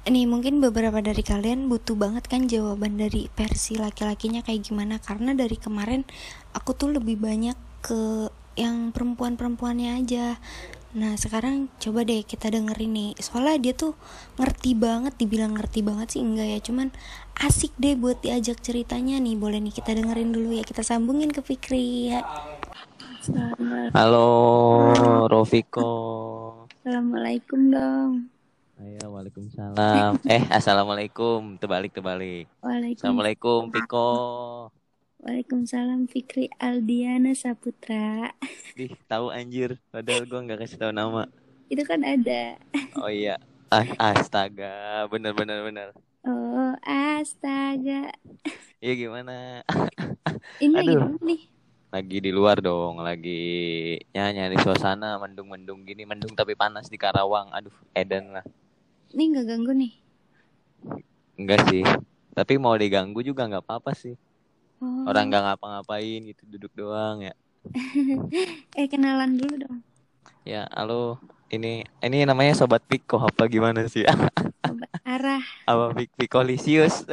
Nih mungkin beberapa dari kalian butuh banget kan jawaban dari versi laki-lakinya kayak gimana, karena dari kemarin aku tuh lebih banyak ke yang perempuan-perempuannya aja. Nah sekarang coba deh kita dengerin nih, soalnya dia tuh ngerti banget, dibilang ngerti banget sih enggak ya, cuman asik deh buat diajak ceritanya nih. Boleh nih kita dengerin dulu ya, kita sambungin ke Fikri ya. Halo, Rofiko. Assalamualaikum dong. Ayo, waalaikumsalam. Assalamualaikum. Terbalik. Assalamualaikum, Waalaikumsalam. Piko. Waalaikumsalam Fikri Aldiana Saputra. Tahu anjir. Padahal gua nggak kasih tahu nama. Itu kan ada. Oh iya. Astaga. Bener. Oh astaga. Iya gimana? Ini lagi di Aduh. mana nih? Lagi di luar dong. Lagi nyari suasana mendung-mendung gini. Mendung tapi panas di Karawang. Aduh, Eden lah. Nih nggak ganggu nih. Enggak sih. Tapi mau diganggu juga nggak apa-apa sih. Orang Oh. nggak ngapa-ngapain gitu. Duduk doang ya. Kenalan dulu dong. Ya, halo. Ini namanya Sobat Piko apa gimana sih? Sobat Arah. Apa Pikolisius?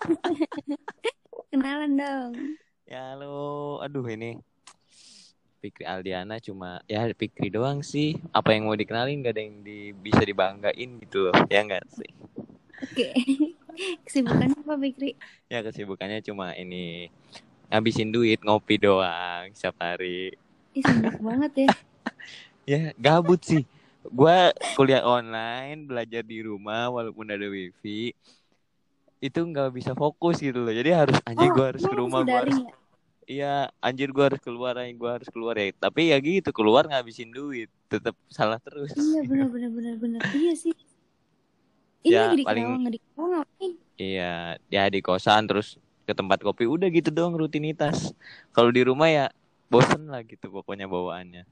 Kenalan dong. Ya, halo. Aduh, ini Fikri Aldiana cuma ya Fikri doang sih. Apa yang mau dikenalin gak ada yang bisa dibanggain gitu loh. Ya enggak sih? Oke. Kesibukannya apa Fikri? Ya kesibukannya cuma ini ngabisin duit ngopi doang setiap hari. Ih sibuk banget ya. Ya, gabut sih. Gua kuliah online, belajar di rumah walaupun ada wifi. Itu nggak bisa fokus gitu loh. Jadi harus anjir Oh gue harus ke emang rumah, masih daring ya? iya anjir gue harus keluar ya. Tapi ya gitu keluar ngabisin duit, tetap salah terus. Iya benar. Iya sih. Ini lagi Ya di paling Kerawang, nggak di Kerawang ngapain? iya ya di kosan terus ke tempat kopi udah gitu doang rutinitas. Kalau di rumah ya bosen lah gitu pokoknya bawaannya.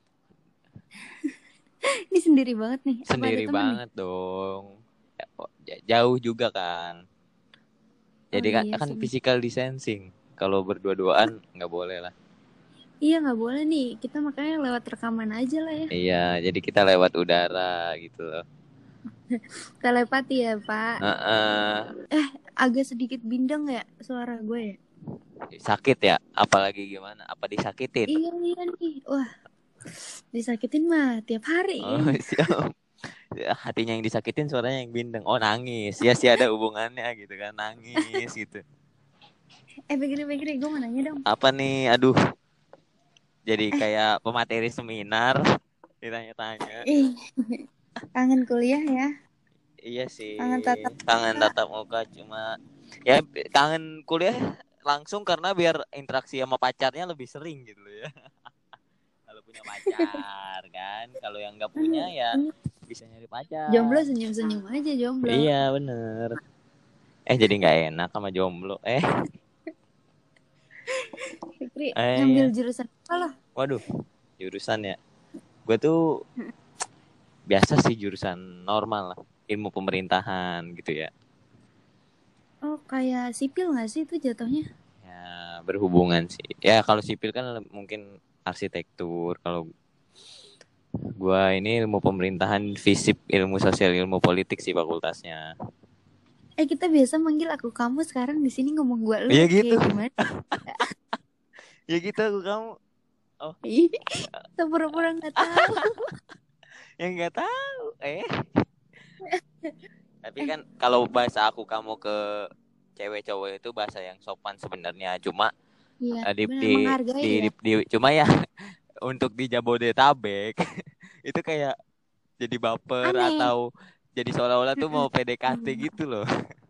Ini sendiri banget nih. Apa ada Sendiri temen nih? banget dong. Jauh juga kan. Oh Jadi kan iya kan sih. physical distancing. Kalau berdua-duaan nggak boleh lah. Iya nggak boleh nih. Kita makanya lewat rekaman aja lah ya. Iya, jadi kita lewat udara gitu loh. Telepati ya Pak. Heeh. Agak sedikit bindeng ya suara gue ya. Sakit ya? Apalagi gimana? Apa disakitin? Iya nih. Wah disakitin mah tiap hari Oh, kayaknya. siap. Ya, hatinya yang disakitin, suaranya yang bindeng. Oh, nangis. Ya sih ada hubungannya gitu kan. Nangis gitu. Pikir gue mau nanya dong. Apa nih? Aduh, jadi kayak pemateri seminar. Ditanya-tanya. Ih, kangen kuliah ya. Iya sih. Kangen tatap Kangen muka. tatap muka cuma ya kangen kuliah langsung karena biar interaksi sama pacarnya lebih sering gitu loh ya. Kalau punya pacar kan. Kalau yang nggak punya ya Ini bisa nyari jomblo pacar. senyum-senyum aja jomblo. Iya bener. Jadi nggak enak sama jomblo. Fikri ngambil Ya. jurusan apa loh? Waduh, jurusan ya. Gue tuh biasa sih jurusan normal lah. Ilmu pemerintahan gitu ya. Oh kayak sipil nggak sih itu jatuhnya? Ya berhubungan sih. Ya kalau sipil kan mungkin arsitektur. Kalau gue ini ilmu pemerintahan, FISIP, ilmu sosial, ilmu politik sih fakultasnya. Kita biasa manggil aku kamu, sekarang di sini ngomong gua lu Iya gitu. kayak gimana? Ya gitu aku kamu. Oh, Ih, pura-pura nggak tahu. yang nggak tahu. Tapi kan kalau bahasa aku kamu ke cewek cowok itu bahasa yang sopan sebenarnya. Cuma Iya, di, benar di, menghargai ya. cuma ya untuk di Jabodetabek itu kayak jadi baper Aneh. atau jadi seolah-olah tuh Mm-mm. mau PDKT gitu loh.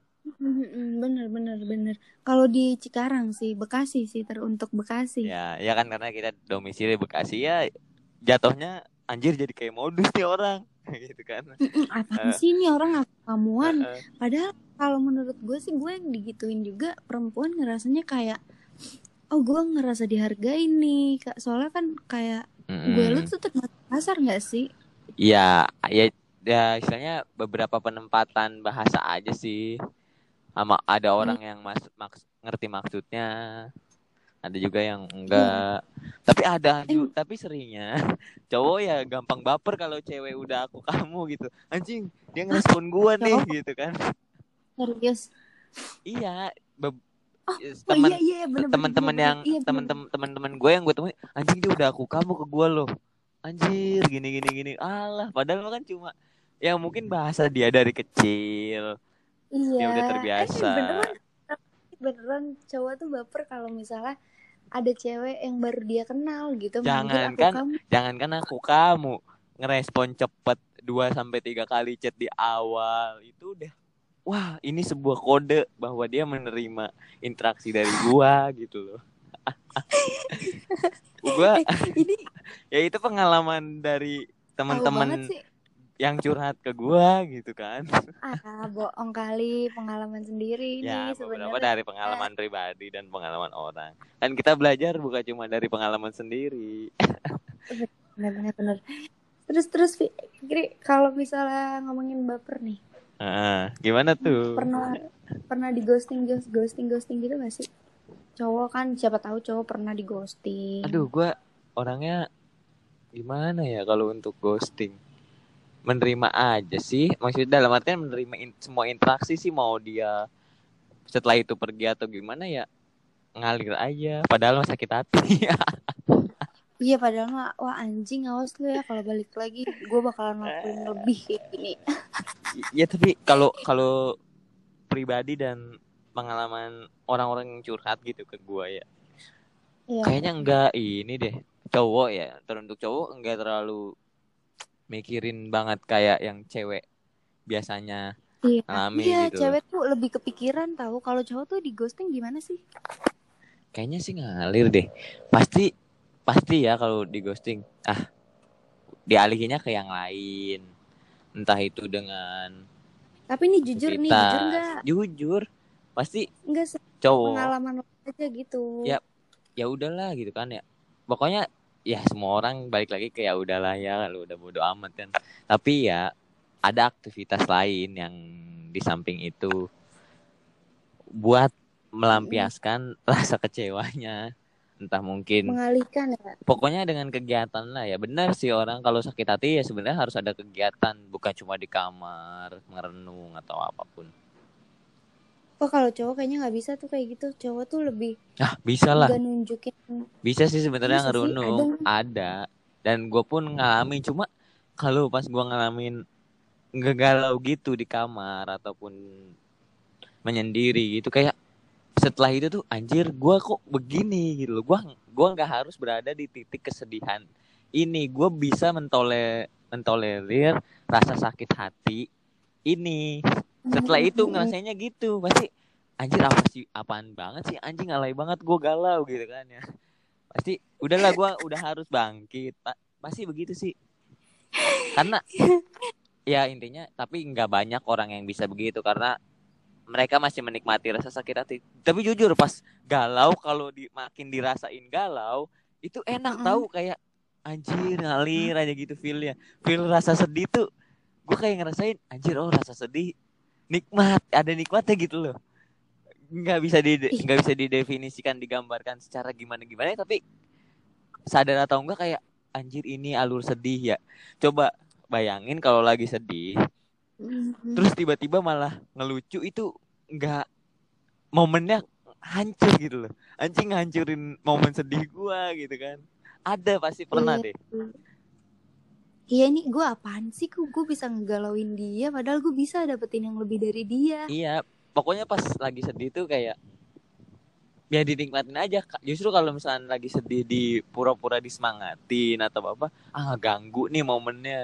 Bener. Kalau di Cikarang sih, Bekasi sih, teruntuk Bekasi. Ya kan karena kita domisili Bekasi ya jatuhnya anjir jadi kayak modus nih orang gitu kan. Apaan Eh, sih ini orang ngaku kamuan? eh, eh. Padahal kalau menurut gue sih, gue yang digituin juga perempuan ngerasanya kayak, oh gue ngerasa dihargai nih, Kak. Soalnya kan kayak gue lu Mm-mm. tuh termasuk kasar nggak sih? Ya istilahnya beberapa penempatan bahasa aja sih. Sama ada Eh, orang yang ngerti maksudnya. Ada juga yang Iya. enggak. Tapi ada Eh, tapi seringnya cowok ya gampang baper kalau cewek udah aku kamu gitu. Anjing, dia hah, ngerespon gua nih cowok gitu kan. serius? Iya, Oh, oh iya teman iya iya, bener-bener teman-teman bener-bener yang iya bener-bener. teman-teman gue yang gue temuin, anjing dia udah aku kamu ke gue loh. Anjir, gini gini gini. Alah, padahal kan cuma ya mungkin bahasa dia dari kecil. Iya, Dia udah terbiasa. beneran beneran cowok tuh baper kalau misalnya ada cewek yang baru dia kenal gitu manggil aku Jangankan kamu. jangankan aku kamu ngerespon cepet 2 sampai 3 kali chat di awal itu udah wah, ini sebuah kode bahwa dia menerima interaksi dari gua gitu loh. Gua Ini ya itu pengalaman dari tahu banget teman-teman sih. yang curhat ke gua gitu kan. Ah, bohong kali, pengalaman sendiri ini Ya, beberapa sebenarnya. dari pengalaman pribadi dan pengalaman orang. Kan kita belajar bukan cuma dari pengalaman sendiri. Bener bener. Terus Fikri, kalau misalnya ngomongin baper nih, Gimana tuh? pernah pernah di ghosting gitu gak sih? Cowok kan siapa tahu cowok pernah di Aduh, ghosting. gua orangnya gimana ya kalau untuk ghosting? Menerima aja sih. Maksudnya dalam artian menerima semua interaksi sih mau dia setelah itu pergi atau gimana ya ngalir aja. Padahal mah sakit hati. Iya padahal mah wah anjing awas lu ya kalau balik lagi gue bakalan lakuin lebih kayak gini. Ya tapi kalau kalau pribadi dan pengalaman orang-orang yang curhat gitu ke gua ya. Iya. Kayaknya enggak ini deh. Cowok ya, teruntuk cowok enggak terlalu mikirin banget kayak yang cewek biasanya Iya, iya alami gitu loh. cewek tuh lebih kepikiran tahu kalau cowok tuh di ghosting gimana sih? Kayaknya sih ngalir deh. Pasti pasti ya kalau di ghosting. Dialihinnya ke yang lain. Entah itu dengan Tapi ini jujur nih, jujur aktivitas. nggak? Jujur, pasti Nggak cowok pengalaman lo aja gitu. ya ya udahlah gitu kan ya. Pokoknya ya semua orang balik lagi ke ya udahlah ya kalau udah bodo amat kan. Tapi ya ada aktivitas lain yang di samping itu buat Mm, melampiaskan rasa kecewanya. Entah mungkin mengalihkan ya. pokoknya dengan kegiatan lah ya. Benar sih orang kalau sakit hati ya sebenarnya harus ada kegiatan, bukan cuma di kamar merenung atau apapun. Oh kalau cowok kayaknya nggak bisa tuh kayak gitu. Cowok tuh lebih Bisa lah. nggak nunjukin. Bisa sih sebenarnya Masa sih ada? ngerunung, ada. Dan gue pun ngalamin cuma kalau pas gue ngalamin ngegalau gitu di kamar ataupun menyendiri gitu kayak setelah itu tuh anjir gue kok begini gitu loh. Gua nggak harus berada di titik kesedihan ini. Gue bisa mentolerir rasa sakit hati ini. Setelah itu ngerasainnya gitu pasti anjir apa sih apaan banget sih anjing alay banget gue galau gitu kan ya. Pasti udahlah gue udah harus bangkit. Pasti begitu sih. Karena ya intinya tapi nggak banyak orang yang bisa begitu karena mereka masih menikmati rasa sakit hati. Tapi jujur pas galau kalau makin dirasain galau itu enak tahu kayak anjir ngalir aja gitu feelnya. Feel rasa sedih tuh gue kayak ngerasain anjir oh rasa sedih nikmat ada nikmatnya gitu loh. Ih, Nggak bisa didefinisikan digambarkan secara gimana gimana tapi sadar atau enggak kayak anjir ini alur sedih ya. Coba bayangin kalau lagi sedih terus tiba-tiba malah ngelucu itu nggak momennya hancur gitu loh. Anjing ngancurin momen sedih gua gitu kan. Ada pasti pernah iya. deh. Iya ini gue apaan sih? Kok gue bisa ngegalauin dia padahal gue bisa dapetin yang lebih dari dia. Iya, pokoknya pas lagi sedih tuh kayak ya dinikmatin aja. Justru kalau misalnya lagi sedih di pura-pura disemangatin atau apa, ganggu nih momennya.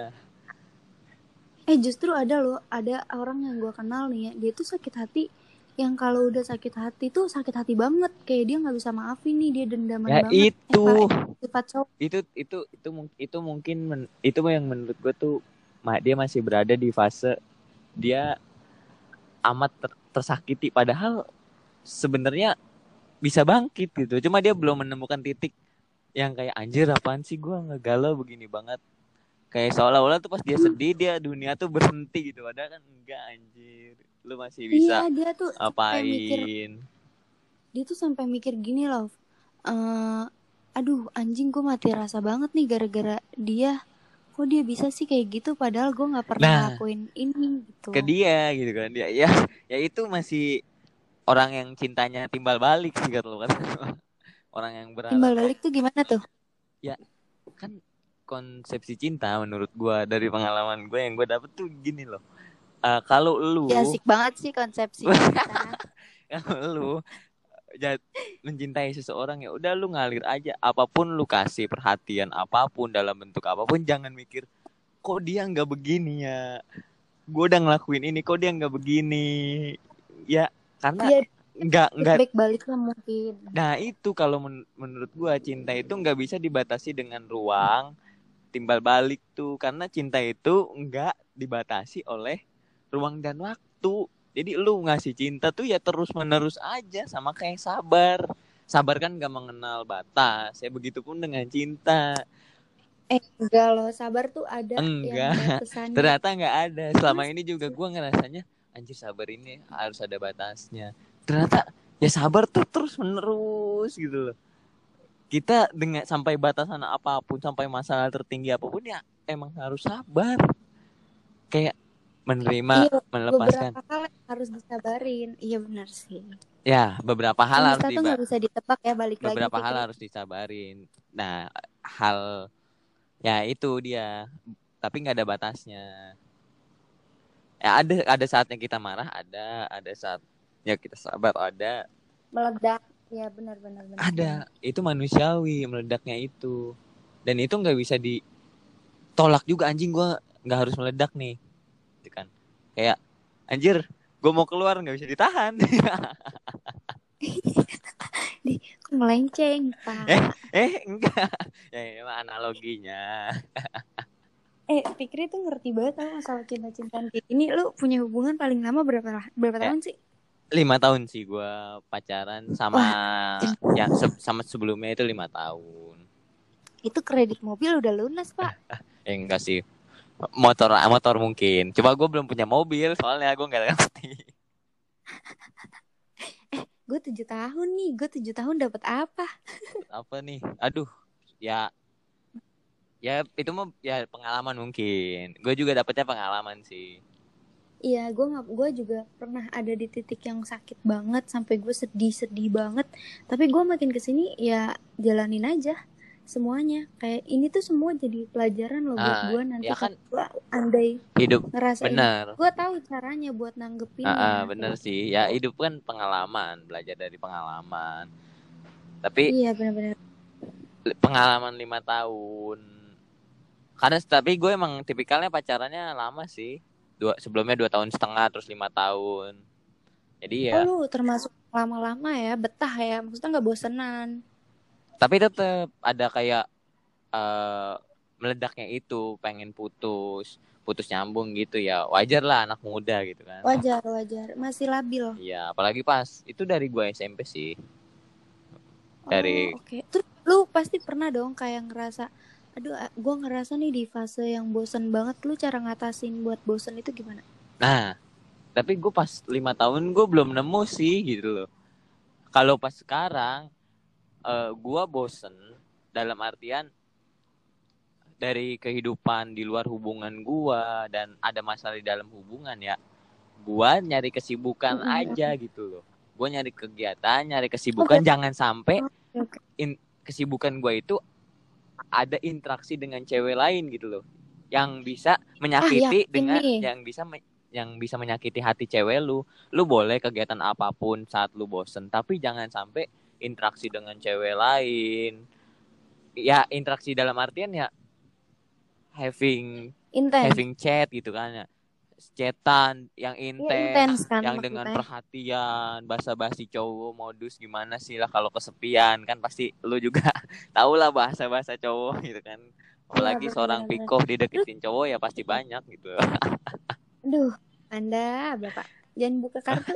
Justru ada loh, ada orang yang gue kenal nih ya, dia tuh sakit hati, yang kalau udah sakit hati tuh sakit hati banget, kayak dia nggak bisa maafin nih, dia dendaman Ya banget. itu Sifat cowok. itu mungkin itu yang menurut gue tuh dia masih berada di fase dia amat tersakiti padahal sebenarnya bisa bangkit gitu. Cuma dia belum menemukan titik yang kayak anjir apaan sih gue ngegalau begini banget. Kayak seolah-olah tuh pas dia sedih dia dunia tuh berhenti gitu. Padahal kan enggak anjir. Lu masih Iya bisa dia tuh sampai mikir, apain. dia tuh sampai mikir gini loh, eh aduh anjing gue mati rasa banget nih gara-gara dia. Kok dia bisa sih kayak gitu padahal gue nggak pernah Nah, ngelakuin ini gitu. ke dia gitu kan. Dia ya ya itu masih orang yang cintanya timbal balik sih kata lo kan. Orang yang Timbal berharap balik tuh gimana tuh? ya kan konsepsi cinta menurut gua dari pengalaman gue yang gue dapet tuh gini loh. Kalau Ya lu asik banget sih konsepsi cinta. kalau lu mencintai seseorang ya udah lu ngalir aja, apapun lu kasih perhatian apapun dalam bentuk apapun, jangan mikir kok dia nggak begini ya, gue udah ngelakuin ini kok dia nggak begini ya, karena Iya, nggak. feedback baliknya mungkin. Nah itu kalau menurut gue cinta itu nggak bisa dibatasi dengan ruang timbal balik tuh, karena cinta itu nggak dibatasi oleh ruang dan waktu. Jadi lu ngasih cinta tuh ya terus menerus aja, sama kayak sabar. Sabar kan nggak mengenal batas. Ya begitupun dengan cinta. Enggak loh, sabar tuh ada yang Enggak, batasannya. ternyata nggak ada. Selama Mas, ini juga gue ngerasanya anjir sabar ini harus ada batasnya. Ternyata ya sabar tuh terus menerus gitu loh. Kita dengan sampai batasan apapun, sampai masalah tertinggi apapun ya emang harus sabar. Kayak menerima, iya, melepaskan. beberapa hal yang harus disabarin. Iya benar sih. Ya, beberapa hal harus Semesta tuh nggak bisa ditebak ya, balik lagi beberapa hal Fikri. harus disabarin. Nah, hal ya itu dia. Tapi nggak ada batasnya. Ya ada saatnya kita marah, ada saatnya kita sabar, ada. Meledak. Ya benar-benar benar. Ada. Itu manusiawi meledaknya itu. Dan itu nggak bisa ditolak juga, anjing gue nggak harus meledak nih. Gitu kan. Kayak anjir, gue mau keluar nggak bisa ditahan. Kok melenceng, Pak? Enggak. Ya emang analoginya. Fikri tuh ngerti banget sama masalah cinta-cintaan kayak ini. Lu punya hubungan paling lama berapa Ya, tahun sih? 5 tahun sih gue pacaran sama Wah, yang sama sebelumnya itu 5 tahun. itu kredit mobil udah lunas, Pak. Enggak sih, motor mungkin. Coba gue belum punya mobil soalnya gue nggak ngerti. Gue 7 tahun nih. Gue 7 tahun dapat apa? Apa nih? Aduh, ya ya itu mah ya pengalaman mungkin. Gue juga dapetnya pengalaman sih. Iya, gue juga pernah ada di titik yang sakit banget sampai gue sedih banget. Tapi gue makin kesini ya jalanin aja semuanya. Kayak ini tuh semua jadi pelajaran loh buat gue nanti Ya kan kalau gue andai hidup ngerasain. bener. Gue tahu caranya buat nanggepinnya. Bener sih. Ya hidup kan pengalaman, belajar dari pengalaman. Tapi Iya benar-benar. pengalaman 5 tahun. Karena tapi gue emang tipikalnya pacarannya lama sih. Sebelumnya 2 tahun setengah, terus 5 tahun. Jadi Oh ya. lu termasuk lama-lama ya, betah ya, maksudnya nggak bosenan. Tapi tetap ada kayak eh, meledaknya itu, pengen putus nyambung gitu ya. Wajar lah anak muda gitu kan. Wajar, masih labil. Iya, apalagi pas itu dari gue SMP sih. Dari Oke. Terus lu pasti pernah dong kayak ngerasa, aduh, gue ngerasa nih di fase yang bosen banget. Lu cara ngatasin buat bosen itu gimana? Nah, tapi gue pas 5 tahun gue belum nemu sih gitu loh. Kalau pas sekarang gue bosen dalam artian dari kehidupan di luar hubungan gue dan ada masalah di dalam hubungan ya. Gue nyari kesibukan aja gitu loh. Gue nyari kegiatan, nyari kesibukan, jangan sampai kesibukan gue itu ada interaksi dengan cewek lain gitu loh, yang bisa menyakiti yang bisa menyakiti hati cewek lu. Lu boleh kegiatan apapun saat lu bosen, tapi jangan sampai interaksi dengan cewek lain. Ya interaksi dalam artian ya having chat gitu kan ya, chatan yang intens kan, yang dengan perhatian, basa-basi cowok modus gimana sih lah kalau kesepian kan, pasti lu juga tahu lah bahasa-bahasa cowok gitu kan. Apalagi seorang pikoh dideketin cowok ya pasti banyak gitu. Aduh, Anda Bapak jangan buka kartu.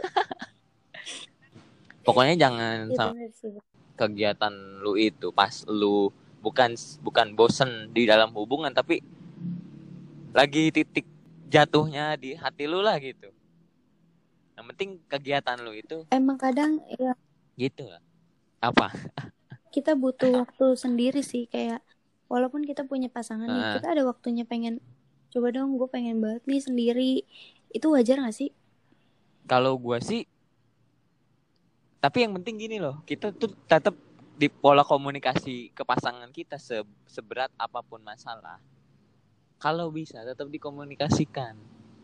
Pokoknya jangan kegiatan lu itu pas lu bukan bosen di dalam hubungan, tapi lagi titik jatuhnya di hati lu lah gitu. Yang penting kegiatan lu itu emang kadang ya gitu lah. Apa? kita butuh waktu sendiri sih, kayak walaupun kita punya pasangan nih, Heeh. kita ada waktunya pengen coba dong, gue pengen banget nih sendiri. Itu wajar gak sih? Kalau gue sih, tapi yang penting gini loh, kita tuh tetap di pola komunikasi ke pasangan kita seberat apapun masalah. Kalau bisa tetap dikomunikasikan.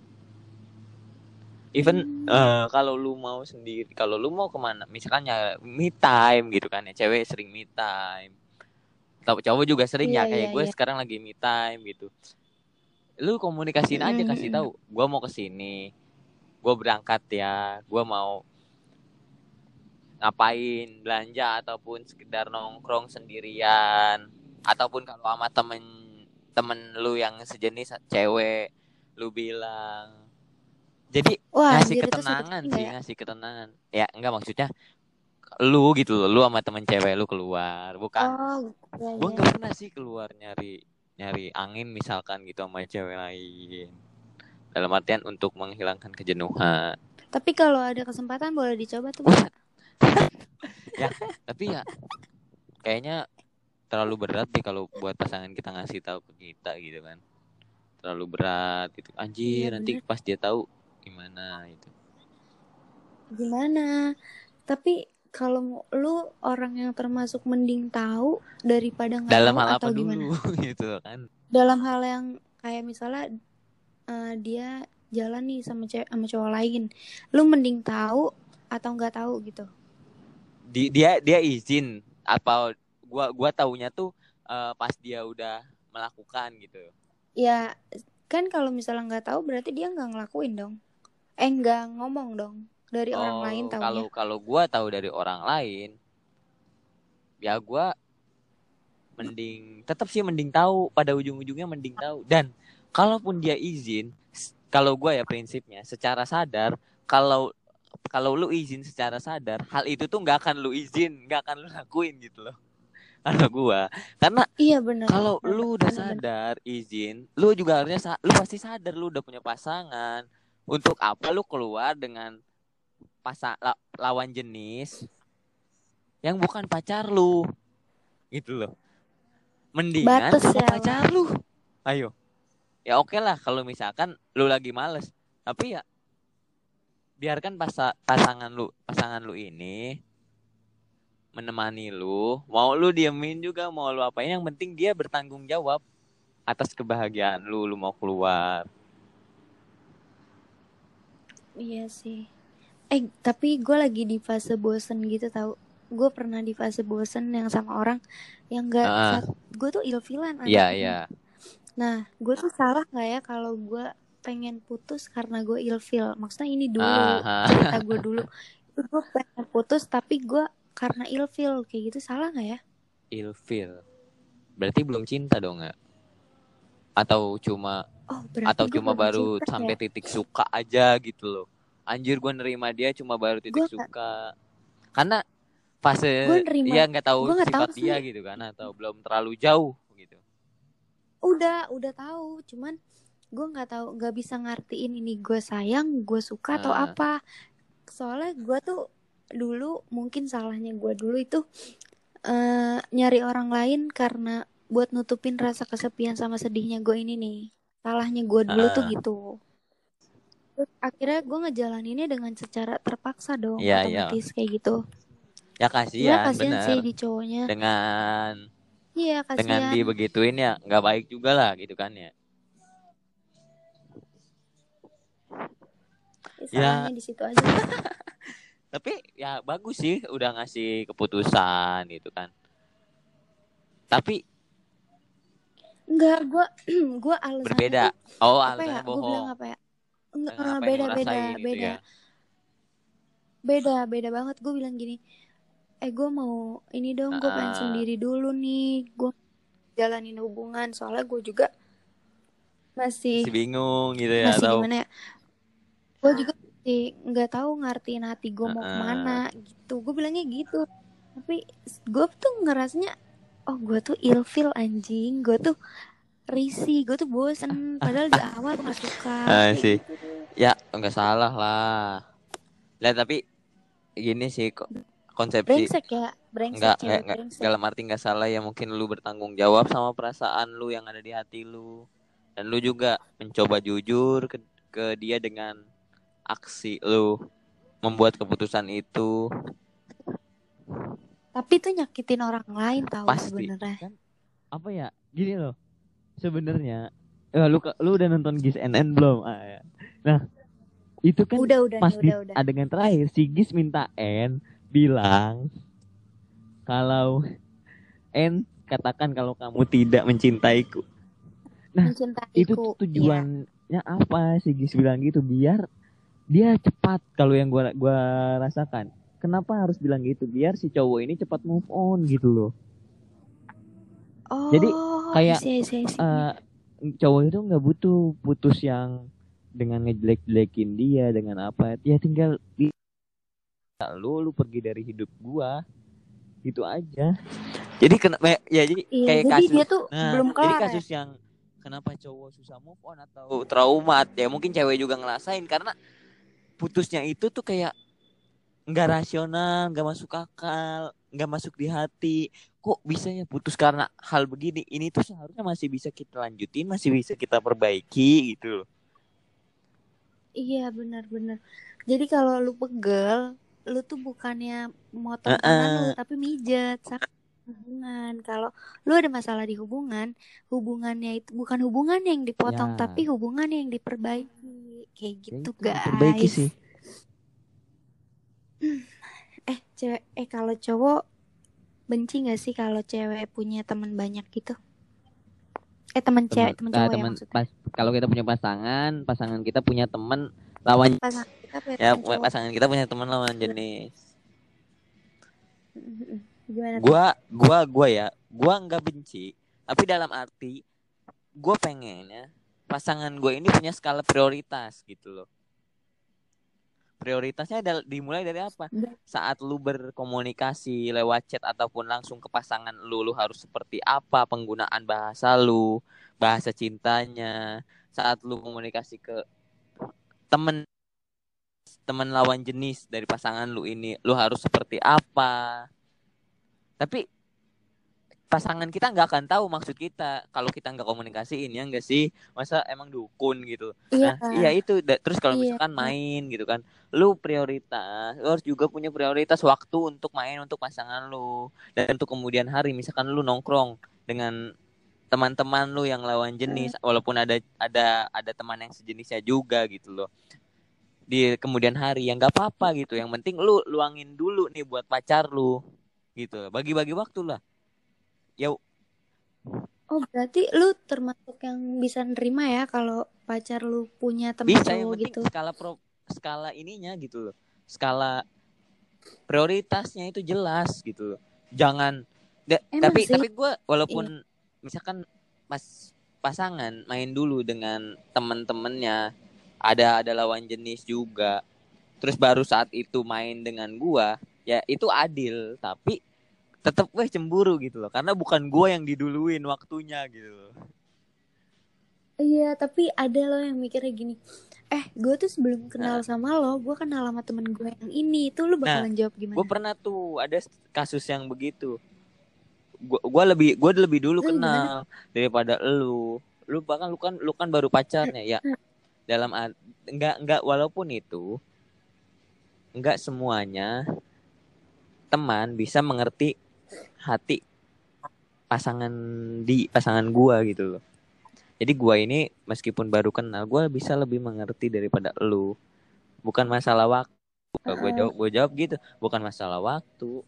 Even kalau lu mau sendiri, kalau lu mau kemana, misalnya me time gitu kan ya, cewek sering me time, atau cowok juga sering Iya ya, iya kayak gue iya. sekarang lagi me time gitu. Lu komunikasiin aja, kasih tahu, gue mau kesini, gue berangkat ya, gue mau ngapain, belanja ataupun sekedar nongkrong sendirian, ataupun kalau sama temen lu yang sejenis cewek, lu bilang. Jadi Wah ngasih anjir, itu satu ketenangan kali gak sih, ya? ngasih ketenangan. Ya enggak, maksudnya lu gitu loh, lu sama temen cewek lu keluar, bukan. Oh iya Gue iya. nggak pernah sih keluar nyari nyari angin misalkan gitu sama cewek lain. Dalam artian untuk menghilangkan kejenuhan. Tapi kalau ada kesempatan boleh dicoba tuh, Wah, Ba. ya, tapi ya kayaknya terlalu berat deh kalau buat pasangan kita ngasih tahu ke kita gitu kan. Terlalu berat gitu. Iya Anjir, nanti bener. pas dia tahu gimana itu. Gimana? Tapi kalau lu orang yang termasuk mending tahu daripada nggak Dalam tahu hal atau apa gimana? dulu gitu kan. Dalam hal yang kayak misalnya dia jalan nih sama cowok lain, lu mending tahu atau nggak tahu gitu? Dia izin apa, gua taunya tuh pas dia udah melakukan gitu. Ya kan kalau misalnya nggak tahu berarti dia nggak ngelakuin dong. Nggak ngomong dong, dari orang lain Oh, taunya. kalau gua tahu dari orang lain, ya gua tetap sih mending tahu, pada ujung-ujungnya mending tahu. Dan kalaupun dia izin, kalau gue ya prinsipnya secara sadar, kalau kalau lu izin secara sadar, hal itu tuh nggak akan lu izin, nggak akan lu lakuin gitu loh. Kalau gue, karena Iya bener, kalau lu udah bener. sadar izin, lu juga harusnya lu pasti sadar lu udah punya pasangan. Untuk apa lu keluar dengan lawan jenis yang bukan pacar lu, gitu loh. Mendingan Batas sama ya lah. pacar lu. Ayo. Ya oke lah kalau misalkan lu lagi males. Tapi ya biarkan pasangan lu ini menemani lu. Mau lu diemin juga, mau lu apain, yang penting dia bertanggung jawab atas kebahagiaan lu. Lu mau keluar. Iya sih. Tapi gue lagi di fase bosen gitu tau. Gue pernah di fase bosen yang sama orang yang gak gue tuh ilfilan Iya, anaknya. iya. Nah, gue tuh salah gak ya kalau gue pengen putus karena gue ilfil? Maksudnya ini dulu, Ah, cerita gue dulu. Itu gue pengen putus tapi gue karena ilfil, kayak gitu salah gak ya? ilfil. Berarti belum cinta dong nggak? Atau cuma Oh, berarti gue belum baru cinta sampai ya? titik suka aja gitu loh. Anjir, gue nerima dia cuma baru titik Gue gak, suka. Karena gue fase nerima, dia nggak tahu gue gak tahu sifat dia sih. gitu kan, atau belum terlalu jauh gitu. Udah tahu, cuman gue nggak tahu, nggak bisa ngartiin ini gue sayang, gue suka atau apa. Soalnya gue tuh dulu, mungkin salahnya gue dulu itu nyari orang lain karena buat nutupin rasa kesepian sama sedihnya gue ini nih. Salahnya gue dulu tuh gitu. Terus akhirnya gue ngejalaninnya dengan secara terpaksa dong, Iya, iya. otomatis kayak gitu. Ya Sebenarnya kasihan, kasihan bener. sih di cowoknya. Dengan Iya kasihan. dibegituin ya nggak baik juga lah gitu kan ya. Salahnya Ya, di situ aja. tapi ya bagus sih udah ngasih keputusan gitu kan. Tapi Enggak, gue alasannya berbeda. tuh Oh, apa ya? alasannya Gue bilang bohong. apa ya? Enggak, Dengan apa yang lu beda rasain gitu beda ya. beda banget. Gue bilang gini, gue mau ini dong, gue pengen sendiri dulu nih, gue jalanin hubungan, soalnya gue juga masih bingung gitu ya, masih atau gimana ya, gue juga masih nggak tahu ngertiin hati gue mau kemana gitu. Gue bilangnya gitu, tapi gue tuh ngerasanya, oh gue tuh ilfil anjing, gue tuh risih, gue tuh bosen, padahal di awal gue gak suka sih. gitu. Ya nggak salah lah. Lah tapi gini sih kok konsepsi brengsek ya. brengsek, Enggak, cewek brengsek. dalam arti enggak salah ya, mungkin lu bertanggung jawab sama perasaan lu yang ada di hati lu. Dan lu juga mencoba jujur ke dia dengan aksi lu membuat keputusan itu. Tapi itu nyakitin orang lain tahu Pasti. sebenarnya. Kan apa ya? Gini loh. Sebenarnya lu udah nonton Gis NN belum? Ya. Nah, itu kan Udah pas nih, di udah. adegan terakhir si Gis minta N bilang kalau N katakan kalau kamu tidak mencintaiku. Nah, itu tuh tujuannya apa sih Gis bilang gitu, biar dia cepat. Kalau yang gua rasakan, kenapa harus bilang gitu? Biar si cowok ini cepat move on gitu loh. Oh, Jadi kayak isi. Cowok itu nggak butuh putus yang dengan ngejelek-jelekin dia dengan apa. Ya tinggal lu pergi dari hidup gua. Gitu aja. Jadi jadi iya, kayak jadi kasus. dia tuh belum kelar. Jadi kasus yang kenapa cowok susah move on atau trauma, ya mungkin cewek juga ngerasain karena putusnya itu tuh kayak nggak rasional, nggak masuk akal, nggak masuk di hati. Kok bisanya putus karena hal begini? Ini tuh seharusnya masih bisa kita lanjutin, masih bisa kita perbaiki gitu. Iya, benar. Jadi kalau lu pegel, lu tuh bukannya motong tangan lu, tapi mijet sama hubungan. Kalau lu ada masalah di hubungan, hubungannya itu bukan hubungan yang dipotong, tapi hubungan yang diperbaiki. Kayak gitu, guys. Perbaiki sih. Kalau cowok benci nggak sih kalau cewek punya teman banyak gitu? Teman cowok ya maksudnya. Kalau kita punya pasangan kita punya teman lawan. Pasangan kita punya teman lawan jenis. Gimana? Gua nggak benci, tapi dalam arti gue pengen ya pasangan gue ini punya skala prioritas gitu loh. Prioritasnya dimulai dari apa? Saat lu berkomunikasi lewat chat ataupun langsung ke pasangan lu harus seperti apa penggunaan bahasa lu, bahasa cintanya. Saat lu komunikasi ke temen lawan jenis dari pasangan lu ini, lu harus seperti apa. Tapi pasangan kita nggak akan tahu maksud kita kalau kita nggak komunikasiin, ya nggak sih? Masa emang dukun gitu? Iya itu. Terus kalau misalkan main gitu kan, lu prioritas, lu harus juga punya prioritas waktu untuk main untuk pasangan lu. Dan untuk kemudian hari, misalkan lu nongkrong dengan teman-teman lu yang lawan jenis, walaupun ada teman yang sejenisnya juga gitu loh, di kemudian hari, ya nggak apa-apa gitu. Yang penting lu luangin dulu nih buat pacar lu gitu, bagi-bagi waktu lah. Oh, berarti lu termasuk yang bisa nerima ya kalau pacar lu punya teman bisa, cowok yang penting gitu? Skala ininya gitu loh. Skala prioritasnya itu jelas gitu loh. Jangan tapi gue walaupun misalkan pasangan main dulu dengan teman-temannya, ada lawan jenis juga, terus baru saat itu main dengan gua, ya itu adil. Tapi tetap gue cemburu gitu loh, karena bukan gue yang diduluin waktunya gitu loh. Iya, tapi ada loh yang mikirnya gini, gue tuh sebelum kenal sama lo, gue kenal sama temen gue yang ini. Itu lu bakalan jawab gimana? Gue pernah tuh ada kasus yang begitu. Gue lebih dulu kenal daripada lu bahkan lu kan baru pacarnya ya. Dalam enggak walaupun itu enggak semuanya teman bisa mengerti hati pasangan gua gitu loh. Jadi gua ini meskipun baru kenal, gua bisa lebih mengerti daripada lu. Bukan masalah waktu. Gua jawab gitu, bukan masalah waktu.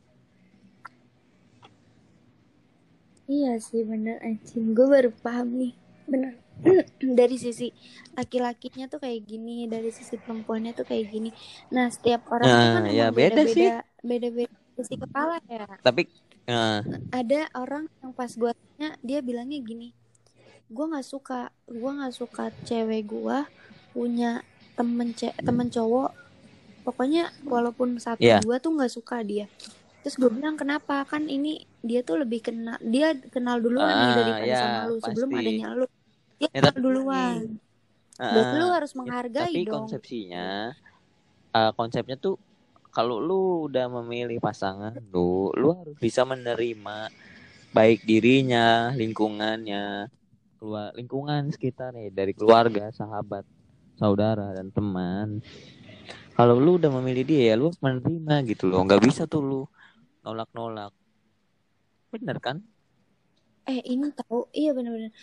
Iya sih, bener anjing. Gue baru paham nih. Bener. Dari sisi laki-lakinya tuh kayak gini, dari sisi perempuannya tuh kayak gini. Nah, setiap orang tuh kan emang beda-beda isi kepala ya. Tapi ada orang yang pas gue tanya, dia bilangnya gini, gue nggak suka cewek gue punya temen cowok, pokoknya walaupun 1-2 tuh nggak suka dia. Terus gue bilang kenapa, kan ini dia tuh lebih dia kenal duluan nih daripada sama lu, sebelum adanya lu dia kenal duluan. Berarti lu harus menghargai tapi dong. Konsepnya tuh kalau lu udah memilih pasangan lu harus bisa menerima baik dirinya, lingkungannya, lingkungan sekitar nih, dari keluarga, sahabat, saudara dan teman. Kalau lu udah memilih dia ya lu harus menerima gitu loh. Nggak bisa tuh lu nolak-nolak. Bener kan? Ini tahu, iya benar-benar.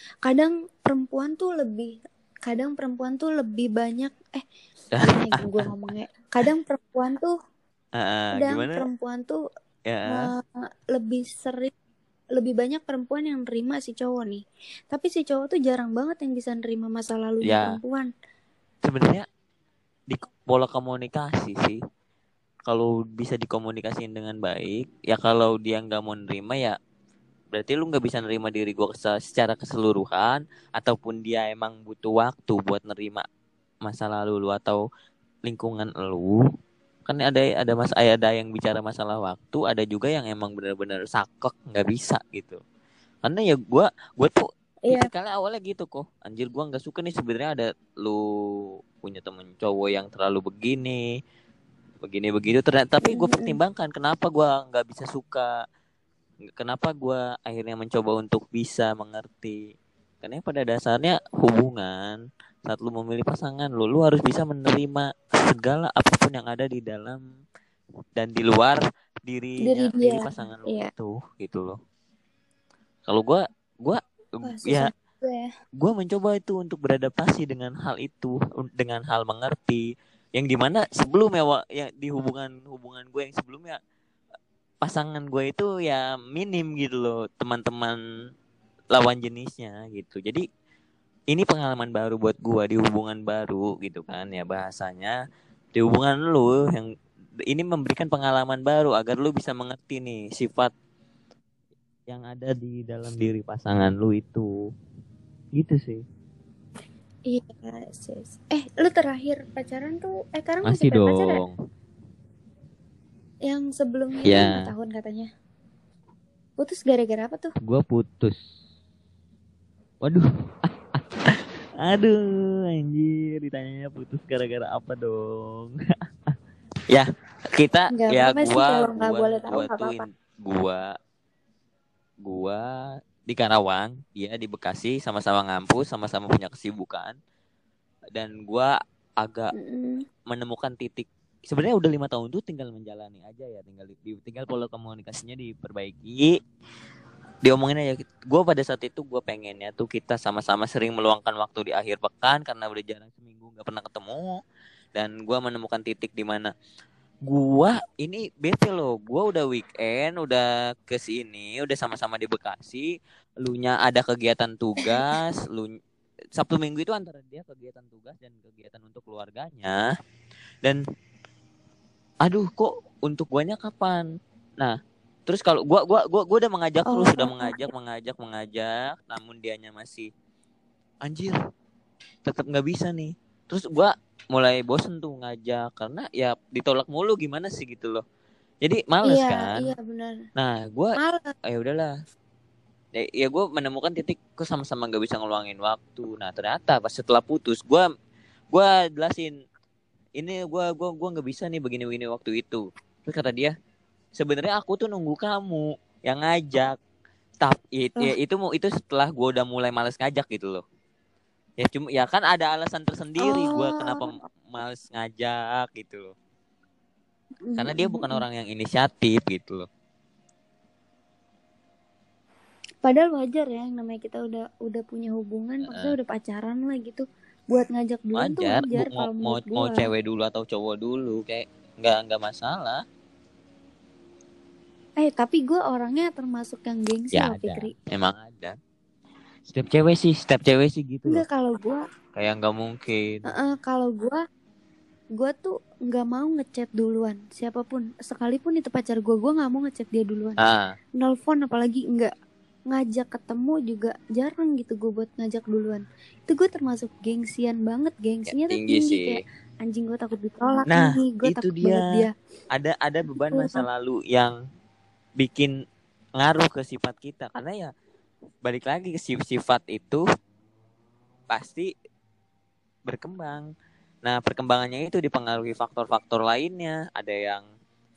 Kadang perempuan tuh lebih banyak, gimana ya gue ngomongnya? Kadang Gimana? perempuan tuh Ya. lebih sering, lebih banyak perempuan yang nerima si cowok nih. Tapi si cowok tuh jarang banget yang bisa nerima masa lalunya Ya, perempuan. sebenarnya di pola komunikasi sih. Kalau bisa dikomunikasiin dengan baik, ya kalau dia nggak mau nerima ya berarti lu nggak bisa nerima diri gue secara keseluruhan, ataupun dia emang butuh waktu buat nerima masa lalu lu atau lingkungan lu. Kan ada yang bicara masalah waktu, ada juga yang emang benar-benar sakok nggak bisa gitu. Karena ya gue tuh tipikalnya awalnya gitu kok, anjir gue nggak suka nih sebenarnya ada lu punya temen cowok yang terlalu begini begitu ternyata. Tapi gue pertimbangkan kenapa gue nggak bisa suka, kenapa gue akhirnya mencoba untuk bisa mengerti. Karena pada dasarnya hubungan, saat lu memilih pasangan lu harus bisa menerima segala apapun yang ada di dalam dan di luar diri pasangan lu itu gitu loh. Kalau gue ya gue mencoba itu untuk beradaptasi dengan hal itu, dengan hal mengerti yang dimana sebelumnya ya di hubungan gue yang sebelumnya pasangan gue itu ya minim gitu loh teman-teman lawan jenisnya gitu. Jadi ini pengalaman baru buat gue di hubungan baru gitu kan ya, bahasanya di hubungan lu yang ini memberikan pengalaman baru agar lu bisa mengerti nih sifat yang ada di dalam diri pasangan lu itu. Gitu sih. Iya sis. Lu terakhir pacaran tuh sekarang masih dong pacar ya? Yang sebelumnya ya. 5 tahun katanya. Putus gara-gara apa tuh? Gue putus. Waduh. Aduh anjir, ditanyanya putus gara-gara apa dong. Ya kita Nggak ya gua di Karawang, dia di Bekasi, sama-sama ngampus, sama-sama punya kesibukan, dan gua agak menemukan titik. Sebenarnya udah 5 tahun tuh tinggal menjalani aja ya, tinggal pola komunikasinya diperbaiki, diomongin aja. Gue pada saat itu gue pengennya tuh kita sama-sama sering meluangkan waktu di akhir pekan karena udah jarang, seminggu nggak pernah ketemu, dan gue menemukan titik di mana gue ini bete loh. Gue udah weekend, udah ke sini, udah sama-sama di Bekasi, lunya ada kegiatan tugas, lu Sabtu Minggu itu antara dia kegiatan tugas dan kegiatan untuk keluarganya, dan aduh kok untuk guanya kapan. Nah terus kalau gua udah mengajak terus, sudah mengajak, namun dianya masih anjir tetap nggak bisa nih. Terus gua mulai bosen tuh ngajak karena ya ditolak mulu, gimana sih gitu loh. Jadi males kan. Iya benar. Nah gua ya udahlah. Ya gue menemukan titik kok sama-sama nggak bisa ngeluangin waktu. Nah ternyata pas setelah putus gua jelasin ini gua nggak bisa nih begini waktu itu. Terus kata dia, sebenarnya aku tuh nunggu kamu yang ngajak. Tapi itu setelah gue udah mulai males ngajak gitu loh. Ya cuma ya kan ada alasan tersendiri gue kenapa males ngajak gitu loh. Karena dia bukan orang yang inisiatif gitu loh. Padahal wajar ya, yang namanya kita udah punya hubungan, maksudnya udah pacaran lah gitu. Buat ngajak duluan tuh wajar kalau menurut gue. Mau cewek dulu atau cowok dulu kayak nggak masalah. Tapi gue orangnya termasuk yang gengsi ya, loh Fikri. Emang ada. Setiap cewek sih gitu. Enggak, kalau gue kayak nggak mungkin. Kalau gue tuh nggak mau ngechat duluan siapapun, sekalipun itu pacar gue nggak mau ngechat dia duluan. Nelfon apalagi nggak, ngajak ketemu juga jarang gitu gue buat ngajak duluan. Itu gue termasuk gengsian banget, gengsinya tuh tinggi sih. Kayak anjing gue takut ditolak nih, gue takut banget dia. Ada beban masa lalu yang bikin ngaruh ke sifat kita, karena ya balik lagi ke sifat itu pasti berkembang. Nah perkembangannya itu dipengaruhi faktor-faktor lainnya. Ada yang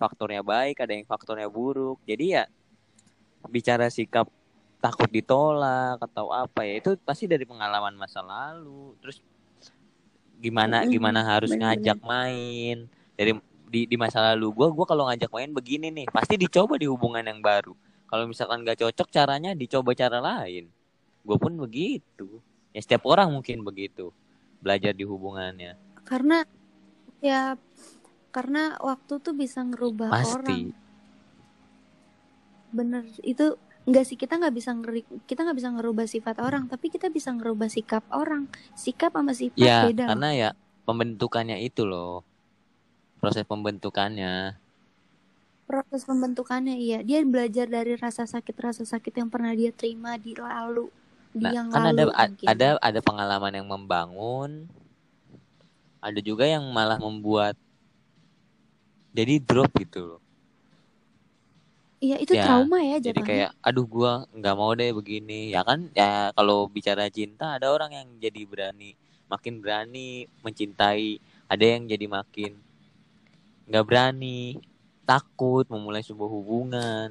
faktornya baik, ada yang faktornya buruk. Jadi ya bicara sikap takut ditolak atau apa ya, itu pasti dari pengalaman masa lalu. Terus gimana gimana harus Bener-bener. ngajak main dari di masa lalu gue kalau ngajak main begini nih pasti dicoba di hubungan yang baru. Kalau misalkan nggak cocok caranya dicoba cara lain. Gue pun begitu. Ya setiap orang mungkin begitu belajar di hubungannya. Karena ya karena waktu tuh bisa ngerubah orang. Pasti. Bener, itu enggak sih, kita nggak bisa ngerubah sifat orang, tapi kita bisa ngerubah sikap orang. Sikap sama sifat Ya beda loh. karena ya pembentukannya itu loh. Proses pembentukannya. Proses pembentukannya, iya, dia belajar dari rasa sakit yang pernah dia terima di lalu, di Nah yang kan lalu mungkin kan. ada pengalaman yang membangun, ada juga yang malah membuat jadi drop gitu loh. Iya, itu Ya trauma ya jadi jatuhnya. kayak aduh gua nggak mau deh begini ya kan. Ya kalau bicara cinta ada orang yang jadi makin berani mencintai, ada yang jadi makin nggak berani, takut memulai sebuah hubungan.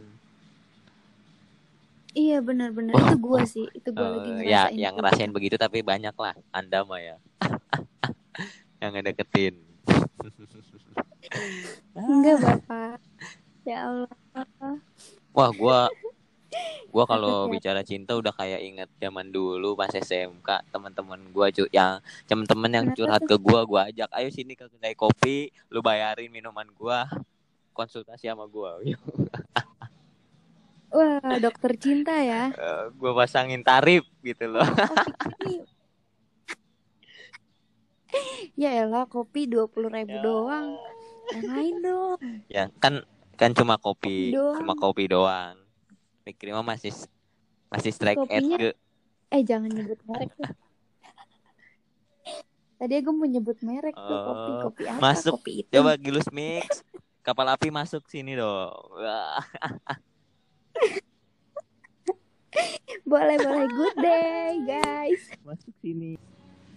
Iya, benar-benar, itu gue sih, itu gue lagi Ya ngerasain yang juga. ngerasain begitu tapi banyak lah Anda mah ya yang ngedeketin. Enggak, Bapak. Ya Allah. Wah gua kalau bicara cinta udah kayak inget zaman dulu pas SMK, teman-teman gua yang teman-teman yang Kenapa curhat tuh? ke gua ajak ayo sini ke kedai kopi, lu bayarin minuman gua, konsultasi sama gua. Wah, dokter cinta ya. Gua pasangin tarif gitu loh. Kopi ini, ya elah, kopi 20.000 Ya, doang. Yang lain dong. ya kan kan Kopi cuma doang. kopi doang. Pikir mah masih masih strike edge Kopinya, ke. jangan nyebut merek tuh. Tadi gue mau nyebut merek tuh, kopi. Kopi apa? Masuk Kopi hitam. coba Gilus Mix. Kapal api masuk sini dong. Wah, Boleh, boleh. Good day, guys. masuk sini.